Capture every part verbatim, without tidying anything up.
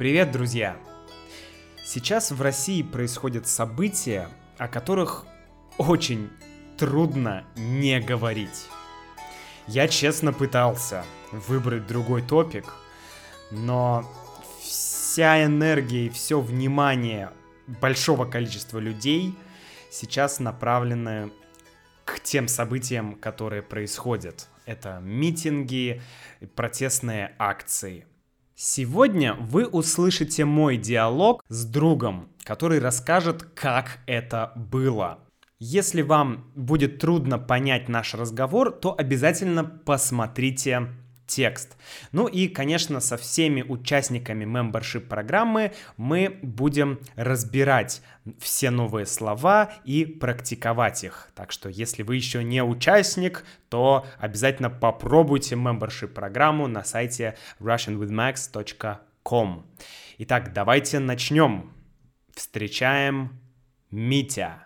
Привет, друзья! Сейчас в России происходят события, о которых очень трудно не говорить. Я честно пытался выбрать другой топик, но вся энергия и все внимание большого количества людей сейчас направлены к тем событиям, которые происходят. Это митинги, протестные акции. Сегодня вы услышите мой диалог с другом, который расскажет, как это было. Если вам будет трудно понять наш разговор, то обязательно посмотрите текст. Ну и, конечно, со всеми участниками membership программы мы будем разбирать все новые слова и практиковать их. Так что, если вы еще не участник, то обязательно попробуйте membership программу на сайте russian with max точка com. Итак, давайте начнем. Встречаем Митя.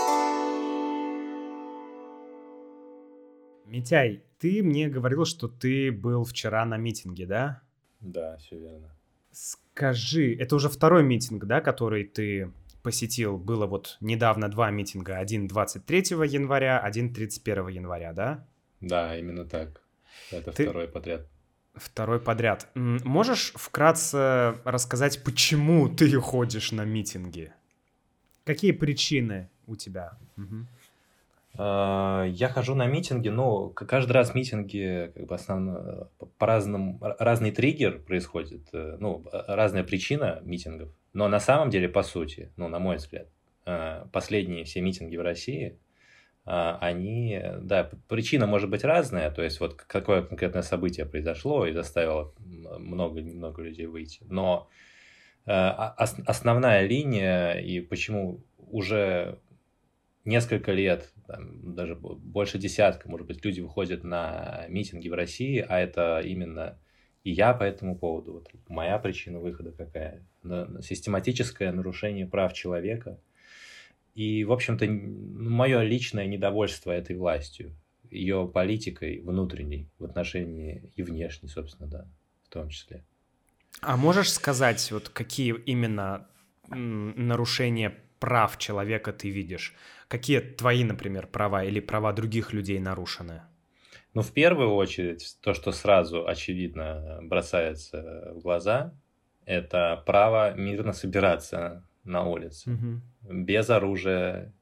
Митяй, ты мне говорил, что ты был вчера на митинге, да? Да, все верно. Скажи, это уже второй митинг, да, который ты посетил? Было вот недавно два митинга. Один двадцать третьего января, один тридцать первого января, да? Да, именно так. Это ты... второй подряд. Второй подряд. Можешь вкратце рассказать, почему ты ходишь на митинги? Какие причины у тебя? Угу. Я хожу на митинги, но каждый раз митинги как бы основно по-разному, разный триггер происходит, ну, разная причина митингов, но на самом деле, по сути, ну, на мой взгляд, последние все митинги в России, они, да, причина может быть разная, то есть вот какое конкретное событие произошло и заставило много-много людей выйти, но основная линия и почему уже несколько лет, там, даже больше десятка, может быть, люди выходят на митинги в России, а это именно и я по этому поводу. Вот моя причина выхода какая? Систематическое нарушение прав человека. И, в общем-то, мое личное недовольство этой властью, ее политикой внутренней в отношении и внешней, собственно, да, в том числе. А можешь сказать, вот какие именно нарушения прав человека ты видишь? Какие твои, например, права или права других людей нарушены? Ну, в первую очередь, то, что сразу очевидно бросается в глаза, это право мирно собираться на улице, угу. без оружия,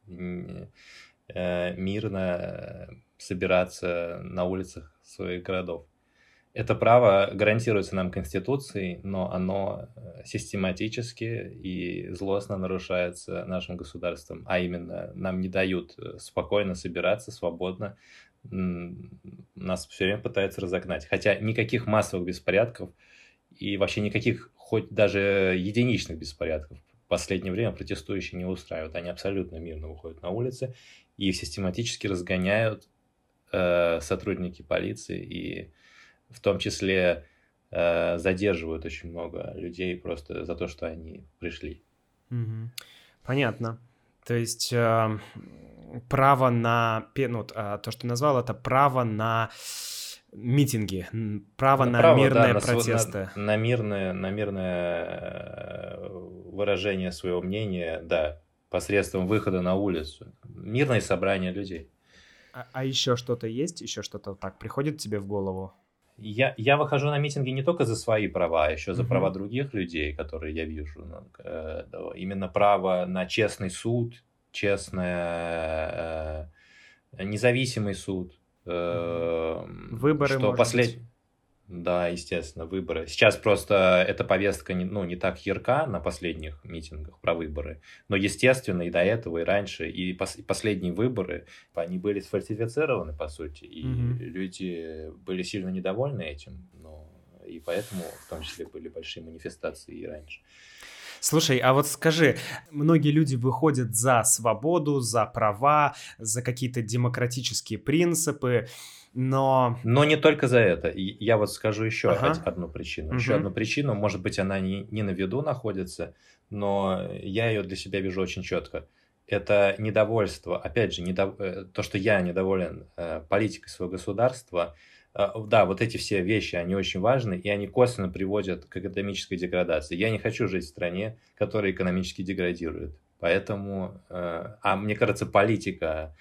мирно собираться на улицах своих городов. Это право гарантируется нам Конституцией, но оно систематически и злостно нарушается нашим государством, а именно нам не дают спокойно собираться, свободно, нас все время пытаются разогнать. Хотя никаких массовых беспорядков и вообще никаких, хоть даже единичных беспорядков в последнее время протестующие не устраивают. Они абсолютно мирно выходят на улицы и систематически разгоняют э, сотрудники полиции и в том числе э, задерживают очень много людей просто за то, что они пришли. Угу. Понятно. То есть э, право на... Ну, то, что ты назвал, это право на митинги, право на, на право, мирные да, протесты. На, на, мирное, на мирное выражение своего мнения, да, посредством выхода на улицу. Мирное собрание людей. А, а еще что-то есть? Еще что-то так приходит тебе в голову? Я, я выхожу на митинги не только за свои права, а еще за uh-huh. права других людей, которые я вижу. Э, э, именно право на честный суд, честный, э, независимый суд. Э, Выборы, что может послед... быть. Да, естественно, выборы. Сейчас просто эта повестка не, ну, не так ярка на последних митингах про выборы, но, естественно, и до этого, и раньше, и, пос- и последние выборы, они были сфальсифицированы, по сути, и mm-hmm. люди были сильно недовольны этим, но и поэтому, в том числе, были большие манифестации и раньше. Слушай, а вот скажи, многие люди выходят за свободу, за права, за какие-то демократические принципы, но... Но не только за это. Я вот скажу еще ага. одну причину. Угу. Еще одну причину, может быть, она не, не на виду находится, но я ее для себя вижу очень четко. Это недовольство, опять же, недов... то, что я недоволен политикой своего государства, Да, вот эти все вещи, они очень важны, и они косвенно приводят к экономической деградации. Я не хочу жить в стране, которая экономически деградирует. Поэтому, а мне кажется, политика,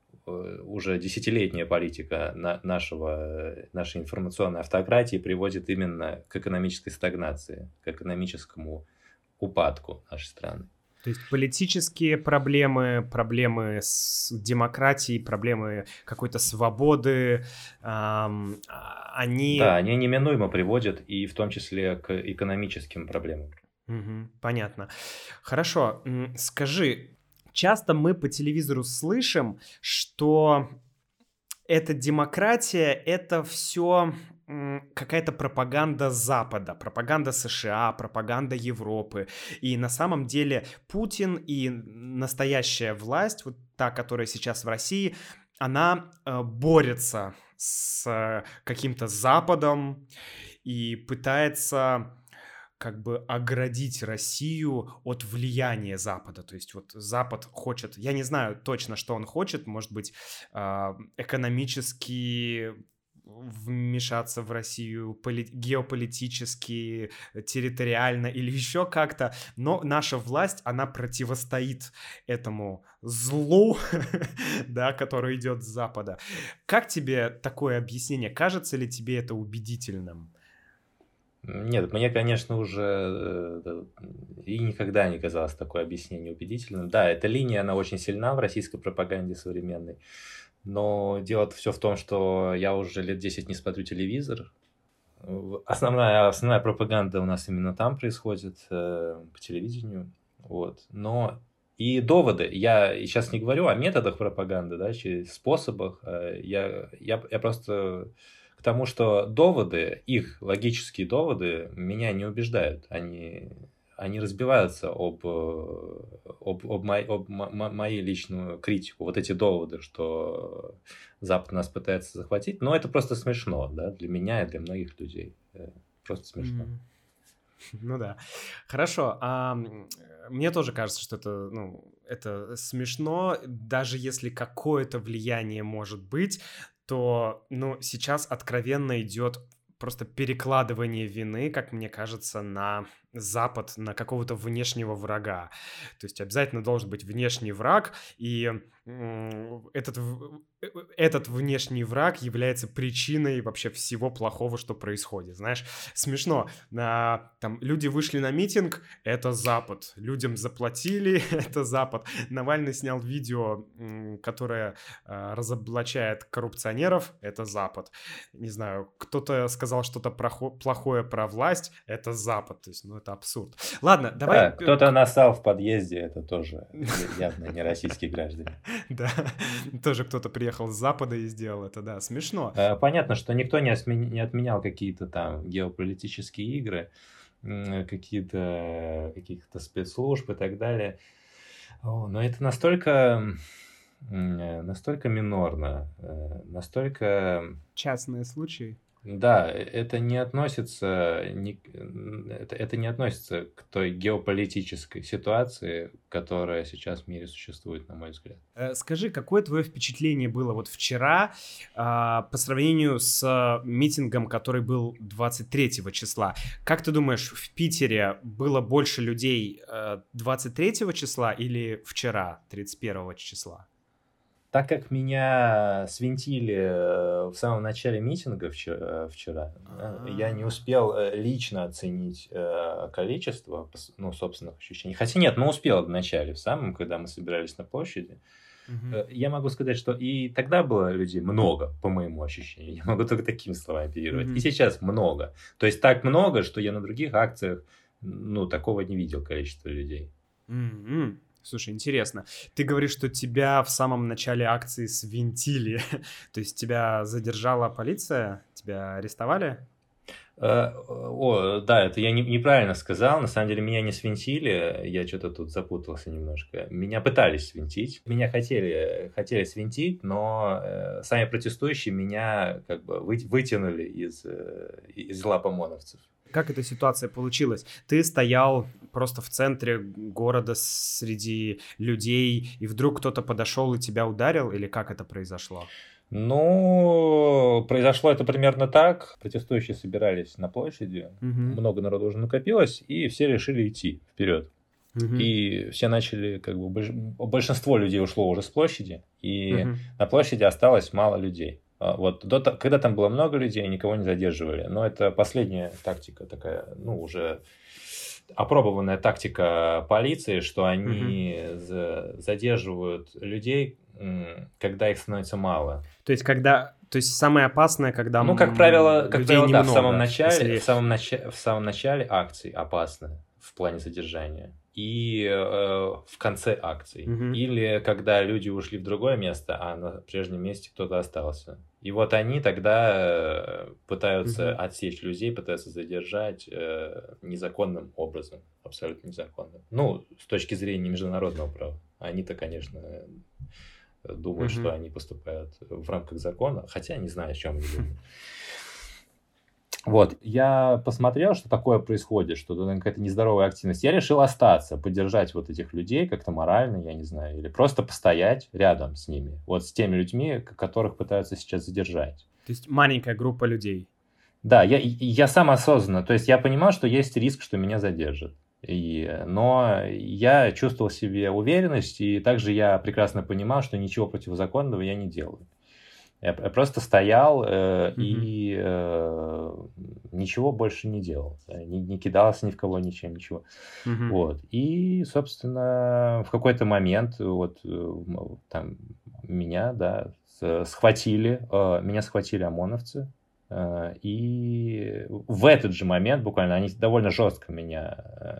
уже десятилетняя политика нашего, нашей информационной автократии приводит именно к экономической стагнации, к экономическому упадку нашей страны. То есть политические проблемы, проблемы с демократией, проблемы какой-то свободы, эм, они... Да, они неминуемо приводят и в том числе к экономическим проблемам. Угу, понятно. Хорошо, скажи, часто мы по телевизору слышим, что эта демократия, это все... какая-то пропаганда Запада, пропаганда США, пропаганда Европы. И на самом деле Путин и настоящая власть, вот та, которая сейчас в России, она э, борется с каким-то Западом и пытается как бы оградить Россию от влияния Запада. То есть вот Запад хочет, я не знаю точно, что он хочет, может быть, э, экономически вмешаться в Россию поли- геополитически, территориально или еще как-то, но наша власть, она противостоит этому злу, да, который идет с Запада. Как тебе такое объяснение? Кажется ли тебе это убедительным? Нет, мне, конечно, уже и никогда не казалось такое объяснение убедительным. Да, эта линия, она очень сильна в российской пропаганде современной. Но дело все в том, что я уже лет десять не смотрю телевизор. Основная, основная пропаганда у нас именно там происходит, э, по телевидению. Вот. Но и доводы. Я сейчас не говорю о методах пропаганды, да, способах. Я, я, я просто к тому, что доводы, их логические доводы меня не убеждают. Они... они разбиваются об, об, об, мо, об мо, мою личную критику. Вот эти доводы, что Запад нас пытается захватить. Но это просто смешно, да, для меня и для многих людей. Просто смешно. Mm-hmm. Ну да. Хорошо. А, мне тоже кажется, что это, ну, это смешно. Даже если какое-то влияние может быть, то, ну, сейчас откровенно идет просто перекладывание вины, как мне кажется, на Запад, на какого-то внешнего врага. То есть обязательно должен быть внешний враг, и этот, этот внешний враг является причиной вообще всего плохого, что происходит. Знаешь, смешно. А, там люди вышли на митинг, это Запад. Людям заплатили, это Запад. Навальный снял видео, которое а, разоблачает коррупционеров, это Запад. Не знаю, кто-то сказал что-то плохое про власть, это Запад. То есть, ну, это абсурд. Ладно, давай... Да, кто-то нассал в подъезде, это тоже явно не российские граждане. Да, тоже кто-то приехал с Запада и сделал это, да, смешно. Понятно, что никто не отменял какие-то там геополитические игры, какие-то каких-то спецслужб и так далее. Но это настолько... настолько минорно, настолько... Частные случаи. Да, это не относится, не, это, это не относится к той геополитической ситуации, которая сейчас в мире существует, на мой взгляд. Скажи, какое твое впечатление было вот вчера а, по сравнению с митингом, который был двадцать третьего числа? Как ты думаешь, в Питере было больше людей двадцать третьего числа или вчера, тридцать первого числа? Так как меня свинтили в самом начале митинга вчера, вчера я не успел лично оценить количество, ну, собственных ощущений. Хотя нет, но успел в начале, в самом, когда мы собирались на площади. Uh-huh. Я могу сказать, что и тогда было людей много, по моему ощущению. Я могу только такими словами оперировать. Uh-huh. И сейчас много. То есть так много, что я на других акциях, ну, такого не видел количества людей. Uh-huh. Слушай, интересно. Ты говоришь, что тебя в самом начале акции свинтили. То есть тебя задержала полиция? Тебя арестовали? О, да, это я не, неправильно сказал. На самом деле меня не свинтили. Я что-то тут запутался немножко. Меня пытались свинтить. Меня хотели, хотели свинтить, но э, сами протестующие меня как бы вы, вытянули из, э, из лап ОМОНовцев. Как эта ситуация получилась? Ты стоял просто в центре города среди людей, и вдруг кто-то подошел и тебя ударил, или как это произошло? Ну, произошло это примерно так. Протестующие собирались на площади, Угу. много народу уже накопилось, и все решили идти вперед. Угу. И все начали, как бы, больш- большинство людей ушло уже с площади, и Угу. на площади осталось мало людей. А Вот до, то- когда там было много людей, никого не задерживали. Но это последняя тактика такая, ну, уже опробованная тактика полиции, что они за- задерживают людей, м, когда их становится мало. То есть, когда... То есть, самое опасное, когда Ну, как м, правило, как людей правило, да, в немного. самом начале, Если- в самом начале, в самом начале акций опасно в плане задержания. И э, в конце акций. Мгм. Или когда люди ушли в другое место, а на прежнем месте кто-то остался. И вот они тогда э, пытаются Мгм. отсечь людей, пытаются задержать э, незаконным образом. Абсолютно незаконным. Ну, с точки зрения международного права. Они-то, конечно, думают, Мгм. что они поступают в рамках закона, хотя не знаю, о чем они думают. Вот, я посмотрел, что такое происходит, что тут какая-то нездоровая активность. Я решил остаться, поддержать вот этих людей как-то морально, я не знаю, или просто постоять рядом с ними, вот с теми людьми, к- которых пытаются сейчас задержать. То есть, маленькая группа людей. Да, я, и- и я сам осознанно, то есть я понимал, что есть риск, что меня задержат. И, но я чувствовал в себе уверенность, и также я прекрасно понимал, что ничего противозаконного я не делаю. Я п- просто стоял э, Мгм. и э, ничего больше не делал. Да, Не, не кидался ни в кого, ничем, ничего. Мгм. Вот. И, собственно, в какой-то момент вот э, м, там меня, да, с- схватили, э, меня схватили ОМОНовцы. э, И в этот же момент буквально они довольно жестко меня,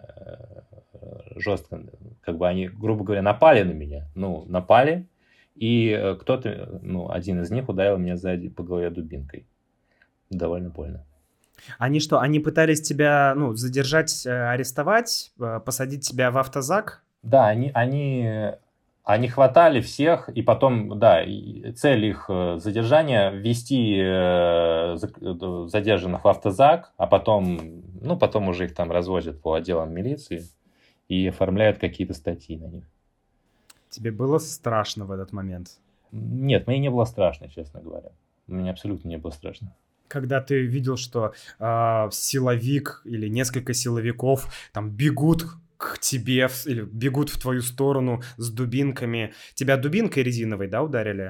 э, жестко, как бы они, грубо говоря, напали на меня. Ну, напали. И э, кто-то, ну, один из них ударил меня сзади по голове дубинкой. Довольно больно. Они что, они пытались тебя, ну, задержать, э, арестовать, э, посадить тебя в автозак? Да, они, они, они хватали всех, и потом, да, и цель их э, задержания ввести э, зак- э, задержанных в автозак, а потом, ну, потом уже их там развозят по отделам милиции и оформляют какие-то статьи на них. Тебе было страшно в этот момент? Нет, мне не было страшно, честно говоря. Мне абсолютно не было страшно. Когда ты видел, что а, силовик или несколько силовиков там бегут к тебе в- или бегут в твою сторону с дубинками. Тебя дубинкой резиновой, да, ударили?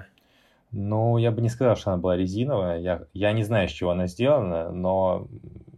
Ну, я бы не сказал, что она была резиновая. Я, я не знаю, из чего она сделана, но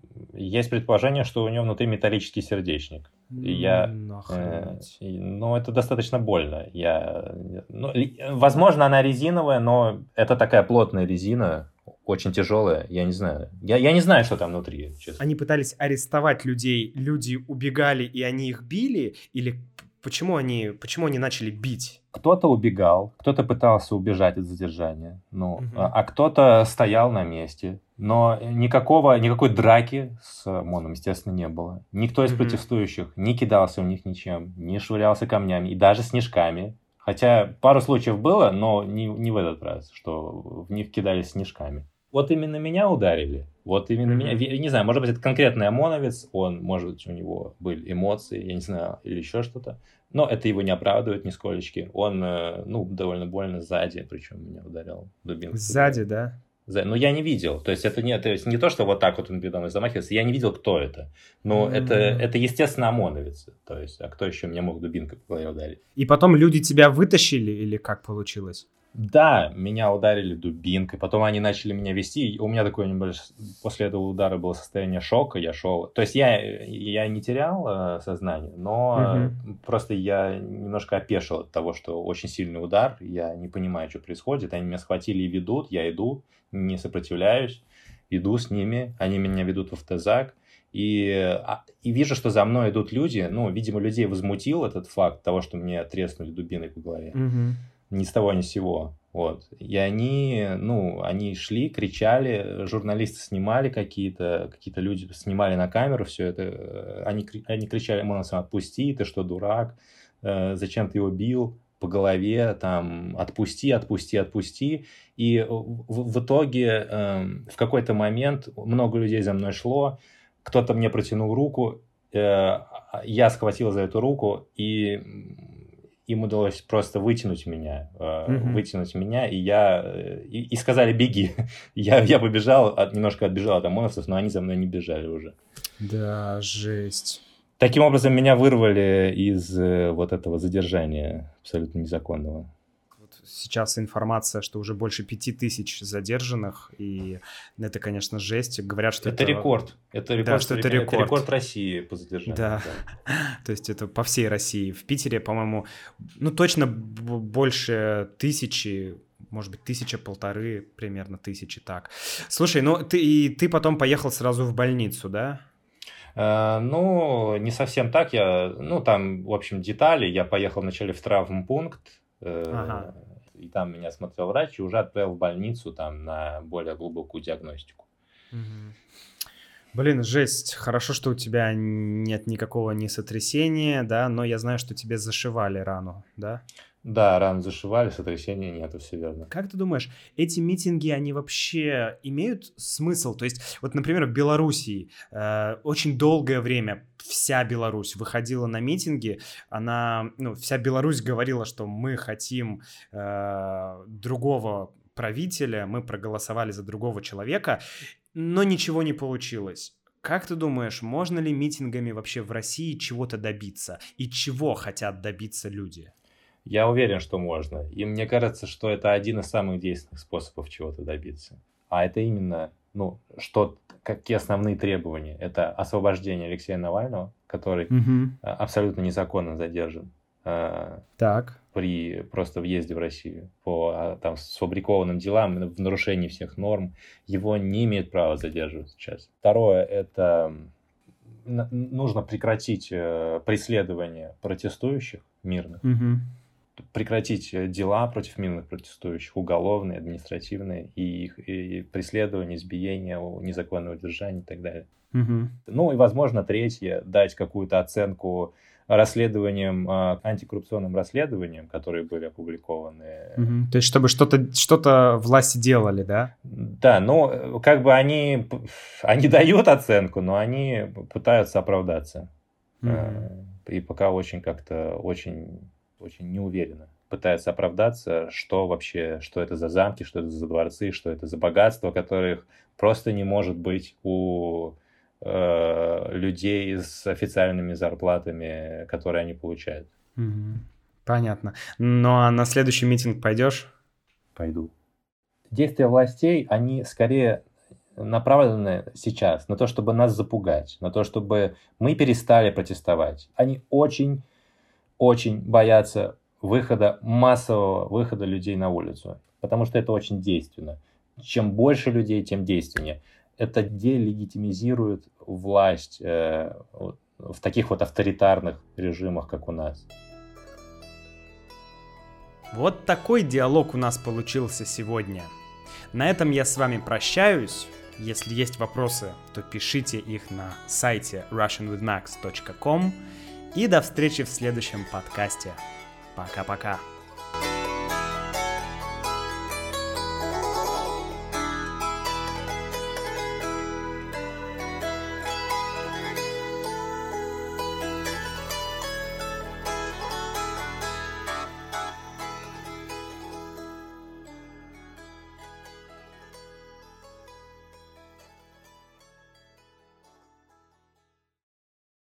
есть предположение, что у нее внутри металлический сердечник. И я, М, э, охренеть. и- ну, это достаточно больно. Я, ну, ли- возможно, она резиновая, но это такая плотная резина, очень тяжелая. Я не знаю. Я, я не знаю, что там внутри, честно. Они пытались арестовать людей, люди убегали, и они их били? Или п- почему они, почему они начали бить? Кто-то убегал, кто-то пытался убежать от задержания, ну, Мгм. а, а кто-то стоял на месте. Но никакого, никакой драки с ОМОНом, естественно, не было. Никто из Мгм. протестующих не кидался в них ничем, не швырялся камнями и даже снежками. Хотя пару случаев было, но не, не в этот раз, что в них кидались снежками. Вот именно меня ударили. Вот именно Мгм. меня. Я не знаю, может быть, это конкретный ОМОНовец, он, может быть, у него были эмоции, я не знаю, или еще что-то. Но это его не оправдывает нисколечки. Он, э, ну, довольно больно сзади, причем меня ударил дубинкой. Сзади, да? За- Но я не видел. То есть это не, то есть не то, что вот так вот он передо мной замахивается. Я не видел, кто это. Но это, М. это, естественно, ОМОНовец. То есть, а кто еще меня мог дубинкой по голове ударить? И потом люди тебя вытащили, или как получилось? Да, меня ударили дубинкой, потом они начали меня вести, и у меня такое небольшое, после этого удара было состояние шока, я шел, то есть я, я не терял э, сознание, но Мгм. просто я немножко опешил от того, что очень сильный удар, я не понимаю, что происходит, они меня схватили и ведут, я иду, не сопротивляюсь, иду с ними, они меня ведут в автозак, и, а, и вижу, что за мной идут люди, ну, видимо, людей возмутил этот факт того, что мне треснули дубиной по голове. Мгм. Ни с того ни с сего. Вот. И они, ну, они шли, кричали, журналисты снимали какие-то, какие-то люди снимали на камеру все это. Они, кри- они кричали ОМОНовцам: отпусти, ты что, дурак? Э, Зачем ты его бил по голове? Там, отпусти, отпусти, отпусти. И в, в итоге эм, в какой-то момент много людей за мной шло, кто-то мне протянул руку, э, я схватил за эту руку, и им удалось просто вытянуть меня, Мгм. вытянуть меня, и я... И, и сказали, беги. я, я побежал, от, немножко отбежал от ОМОНовцев, но они за мной не бежали уже. Да, жесть. Таким образом, меня вырвали из вот этого задержания абсолютно незаконного. Сейчас информация, что уже больше пяти тысяч задержанных, и это, конечно, жесть. Говорят, что это... Это рекорд. Это рекорд, да, что это рекорд. Это рекорд России по задержанию. Да. да. То есть это по всей России. В Питере, по-моему, ну точно больше тысячи, может быть, тысяча-полторы, примерно тысячи, так. Слушай, ну ты, и ты потом поехал сразу в больницу, да? Uh, ну, не совсем так. Я, ну, там, в общем, детали. Я поехал вначале в травмпункт, Ага. и там меня смотрел врач и уже отправил в больницу там на более глубокую диагностику. Угу. Блин, жесть. Хорошо, что у тебя нет никакого ни сотрясения, да, но я знаю, что тебе зашивали рану, да? Да, рану зашивали, сотрясения нету, все верно. Как ты думаешь, эти митинги, они вообще имеют смысл? То есть, вот, например, в Белоруссии э, очень долгое время вся Беларусь выходила на митинги, она, ну, вся Беларусь говорила, что мы хотим э, другого правителя, мы проголосовали за другого человека, но ничего не получилось. Как ты думаешь, можно ли митингами вообще в России чего-то добиться? И чего хотят добиться люди? Я уверен, что можно. И мне кажется, что это один из самых действенных способов чего-то добиться. А это именно, ну, что, какие основные требования? Это освобождение Алексея Навального, который угу. абсолютно незаконно задержан. Так. При просто въезде в Россию по там сфабрикованным делам, в нарушении всех норм. Его не имеют права задерживать сейчас. Второе, это нужно прекратить преследование протестующих мирных. Угу. Прекратить дела против мирных протестующих, уголовные, административные, и их и преследование, избиение, незаконное удержание и так далее. Угу. Ну и, возможно, третье, дать какую-то оценку расследованиям, антикоррупционным расследованиям, которые были опубликованы. Угу. То есть, чтобы что-то, что-то власти делали, да? Да, ну, как бы они, они дают оценку, но они пытаются оправдаться. Угу. И пока очень как-то, очень... очень неуверенно пытается оправдаться, что вообще, что это за замки, что это за дворцы, что это за богатство, которых просто не может быть у э, людей с официальными зарплатами, которые они получают. Угу. Понятно. Ну а на следующий митинг пойдешь? Пойду. Действия властей, они скорее направлены сейчас на то, чтобы нас запугать, на то, чтобы мы перестали протестовать. Они очень очень боятся выхода, массового выхода людей на улицу, потому что это очень действенно. Чем больше людей, тем действеннее. Это делегитимизирует власть э, в таких вот авторитарных режимах, как у нас. Вот такой диалог у нас получился сегодня. На этом я с вами прощаюсь. Если есть вопросы, то пишите их на сайте russian with max точка com. И до встречи в следующем подкасте. Пока-пока.